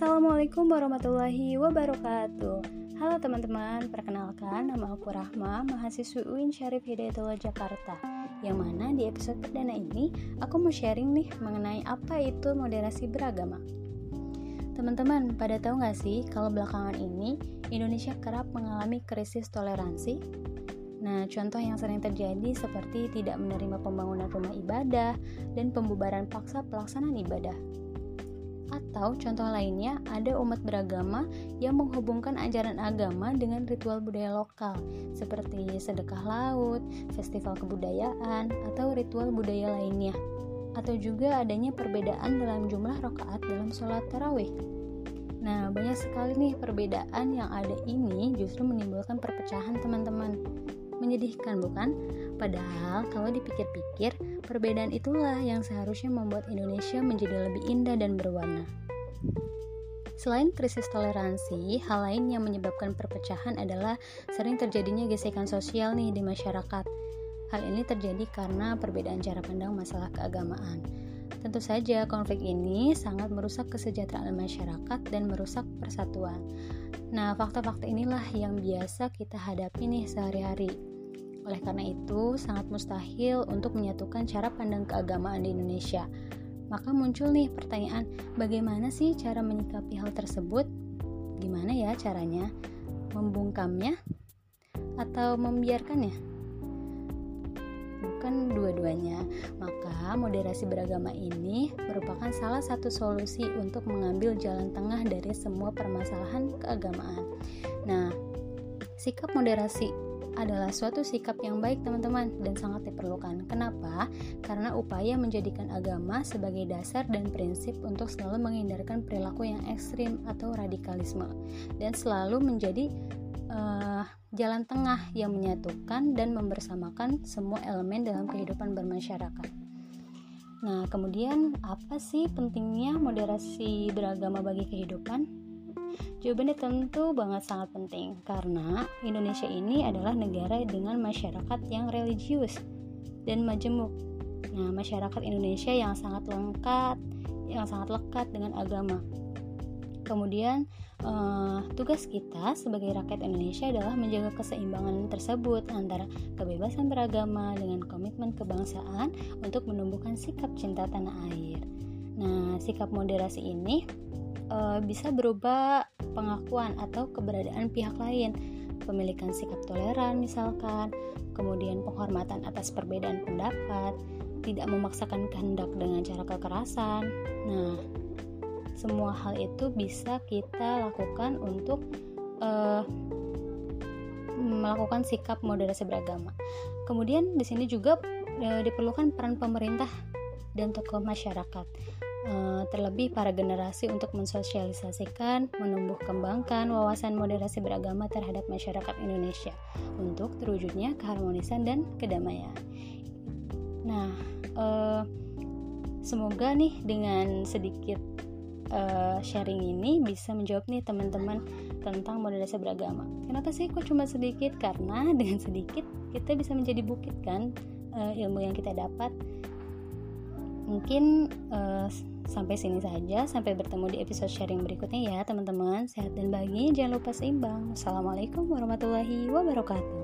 Assalamualaikum warahmatullahi wabarakatuh. Halo teman-teman, perkenalkan nama aku Rahma, mahasiswi UIN Syarif Hidayatullah Jakarta. Yang mana di episode perdana ini aku mau sharing nih mengenai apa itu moderasi beragama. Teman-teman, pada tahu gak sih kalau belakangan ini Indonesia kerap mengalami krisis toleransi? Nah, contoh yang sering terjadi seperti tidak menerima pembangunan rumah ibadah dan pembubaran paksa pelaksanaan ibadah. Atau contoh lainnya, ada umat beragama yang menghubungkan ajaran agama dengan ritual budaya lokal seperti sedekah laut, festival kebudayaan, atau ritual budaya lainnya. Atau juga adanya perbedaan dalam jumlah rakaat dalam sholat tarawih. Nah, banyak sekali nih perbedaan yang ada ini justru menimbulkan perpecahan teman-teman. Menyedihkan bukan? Padahal kalau dipikir-pikir, perbedaan itulah yang seharusnya membuat Indonesia menjadi lebih indah dan berwarna. Selain krisis toleransi, hal lain yang menyebabkan perpecahan adalah sering terjadinya gesekan sosial nih di masyarakat. Hal ini terjadi karena perbedaan cara pandang masalah keagamaan. Tentu saja konflik ini sangat merusak kesejahteraan masyarakat dan merusak persatuan. Nah, fakta-fakta inilah yang biasa kita hadapi nih sehari-hari. Oleh karena itu, sangat mustahil untuk menyatukan cara pandang keagamaan di Indonesia. Maka muncul nih pertanyaan, bagaimana sih cara menyikapi hal tersebut? Gimana ya caranya? Membungkamnya? Atau membiarkannya? Bukan dua-duanya. Maka moderasi beragama ini merupakan salah satu solusi untuk mengambil jalan tengah dari semua permasalahan keagamaan. Nah, sikap moderasi adalah suatu sikap yang baik teman-teman dan sangat diperlukan. Kenapa? Karena upaya menjadikan agama sebagai dasar dan prinsip untuk selalu menghindarkan perilaku yang ekstrim atau radikalisme dan selalu menjadi jalan tengah yang menyatukan dan membersamakan semua elemen dalam kehidupan bermasyarakat. Nah, kemudian apa sih pentingnya moderasi beragama bagi kehidupan? Jawabannya tentu banget sangat penting, karena Indonesia ini adalah negara dengan masyarakat yang religius dan majemuk. Nah, masyarakat Indonesia yang sangat lekat dengan agama. Kemudian tugas kita sebagai rakyat Indonesia adalah menjaga keseimbangan tersebut antara kebebasan beragama dengan komitmen kebangsaan untuk menumbuhkan sikap cinta tanah air. Nah, sikap moderasi ini bisa berupa pengakuan atau keberadaan pihak lain, pemilikan sikap toleran misalkan, kemudian penghormatan atas perbedaan pendapat, tidak memaksakan kehendak dengan cara kekerasan. Nah, semua hal itu bisa kita lakukan untuk melakukan sikap moderasi beragama. Kemudian di sini juga diperlukan peran pemerintah dan tokoh masyarakat, terlebih para generasi untuk mensosialisasikan, menumbuh kembangkan wawasan moderasi beragama terhadap masyarakat Indonesia untuk terwujudnya keharmonisan dan kedamaian. Nah, semoga nih dengan sedikit sharing ini bisa menjawab nih teman-teman tentang moderasi beragama. Kenapa sih kok cuma sedikit? Karena dengan sedikit kita bisa menjadi bukit kan ilmu yang kita dapat. Mungkin sampai sini saja. Sampai bertemu di episode sharing berikutnya ya teman-teman. Sehat dan bahagia, jangan lupa seimbang. Assalamualaikum warahmatullahi wabarakatuh.